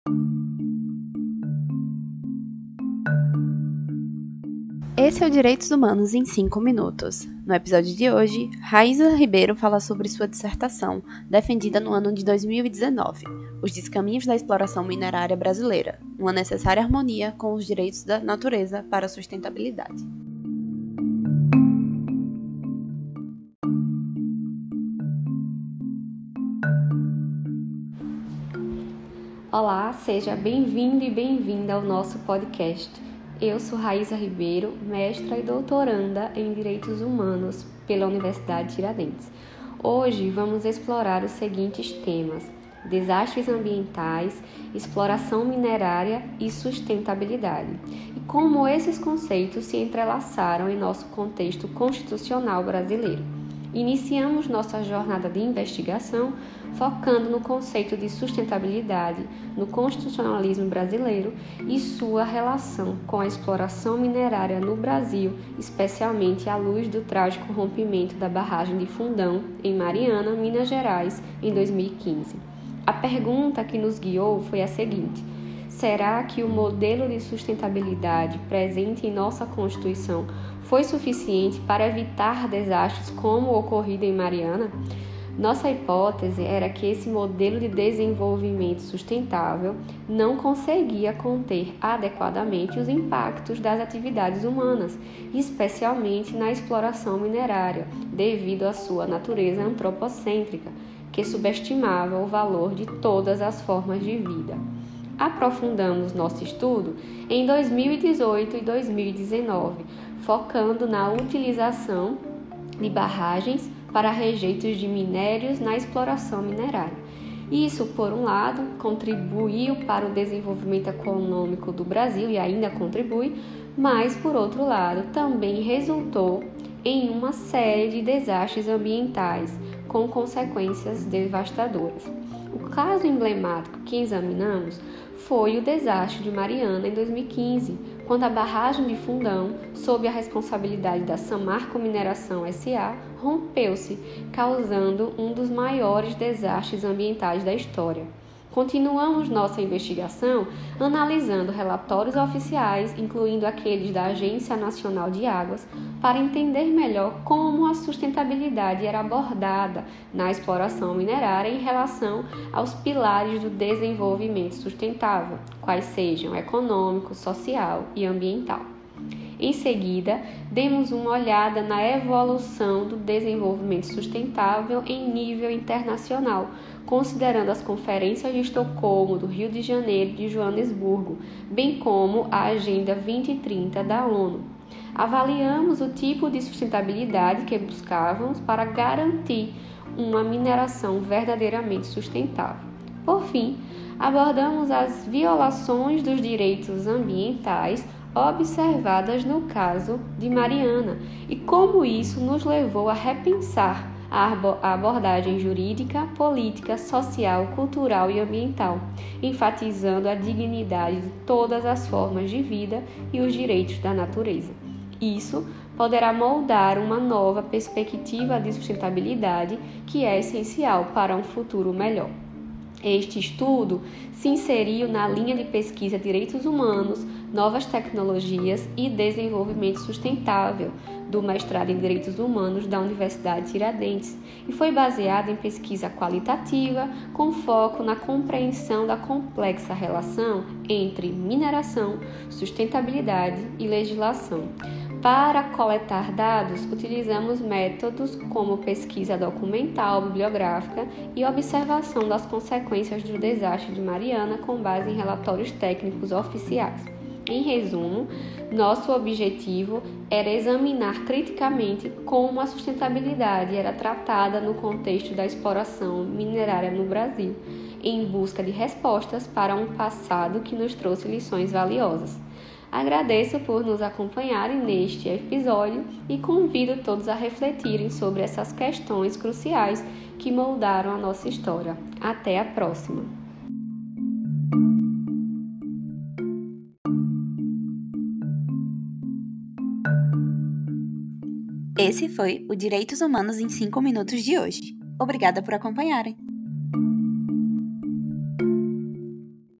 Esse é o Direitos Humanos em 5 minutos. No episódio de hoje, Raíza Ribeiro fala sobre sua dissertação, defendida no ano de 2019, Os Descaminhos da Exploração Minerária Brasileira, uma necessária harmonia com os direitos da natureza para a sustentabilidade. Olá, seja bem-vindo e bem-vinda ao nosso podcast. Eu sou Raíza Ribeiro, mestra e doutoranda em Direitos Humanos pela Universidade Tiradentes. Hoje vamos explorar os seguintes temas: desastres ambientais, exploração minerária e sustentabilidade, e como esses conceitos se entrelaçaram em nosso contexto constitucional brasileiro. Iniciamos nossa jornada de investigação focando no conceito de sustentabilidade no constitucionalismo brasileiro e sua relação com a exploração minerária no Brasil, especialmente à luz do trágico rompimento da barragem de Fundão, em Mariana, Minas Gerais, em 2015. A pergunta que nos guiou foi a seguinte: será que o modelo de sustentabilidade presente em nossa Constituição foi suficiente para evitar desastres como o ocorrido em Mariana? Nossa hipótese era que esse modelo de desenvolvimento sustentável não conseguia conter adequadamente os impactos das atividades humanas, especialmente na exploração minerária, devido à sua natureza antropocêntrica, que subestimava o valor de todas as formas de vida. Aprofundamos nosso estudo em 2018 e 2019, focando na utilização de barragens para rejeitos de minérios na exploração minerária. Isso, por um lado, contribuiu para o desenvolvimento econômico do Brasil e ainda contribui, mas, por outro lado, também resultou em uma série de desastres ambientais com consequências devastadoras. O caso emblemático que examinamos foi o desastre de Mariana em 2015, quando a barragem de Fundão, sob a responsabilidade da Samarco Mineração S.A., rompeu-se, causando um dos maiores desastres ambientais da história. Continuamos nossa investigação analisando relatórios oficiais, incluindo aqueles da Agência Nacional de Águas, para entender melhor como a sustentabilidade era abordada na exploração minerária em relação aos pilares do desenvolvimento sustentável, quais sejam econômico, social e ambiental. Em seguida, demos uma olhada na evolução do desenvolvimento sustentável em nível internacional, considerando as conferências de Estocolmo, do Rio de Janeiro e de Joanesburgo, bem como a Agenda 2030 da ONU. Avaliamos o tipo de sustentabilidade que buscávamos para garantir uma mineração verdadeiramente sustentável. Por fim, abordamos as violações dos direitos ambientais observadas no caso de Mariana e como isso nos levou a repensar a abordagem jurídica, política, social, cultural e ambiental, enfatizando a dignidade de todas as formas de vida e os direitos da natureza. Isso poderá moldar uma nova perspectiva de sustentabilidade que é essencial para um futuro melhor. Este estudo se inseriu na linha de pesquisa Direitos Humanos, Novas Tecnologias e Desenvolvimento Sustentável do mestrado em Direitos Humanos da Universidade Tiradentes e foi baseado em pesquisa qualitativa com foco na compreensão da complexa relação entre mineração, sustentabilidade e legislação. Para coletar dados, utilizamos métodos como pesquisa documental, bibliográfica e observação das consequências do desastre de Mariana com base em relatórios técnicos oficiais. Em resumo, nosso objetivo era examinar criticamente como a sustentabilidade era tratada no contexto da exploração minerária no Brasil, em busca de respostas para um passado que nos trouxe lições valiosas. Agradeço por nos acompanharem neste episódio e convido todos a refletirem sobre essas questões cruciais que moldaram a nossa história. Até a próxima! Esse foi o Direitos Humanos em 5 minutos de hoje. Obrigada por acompanharem!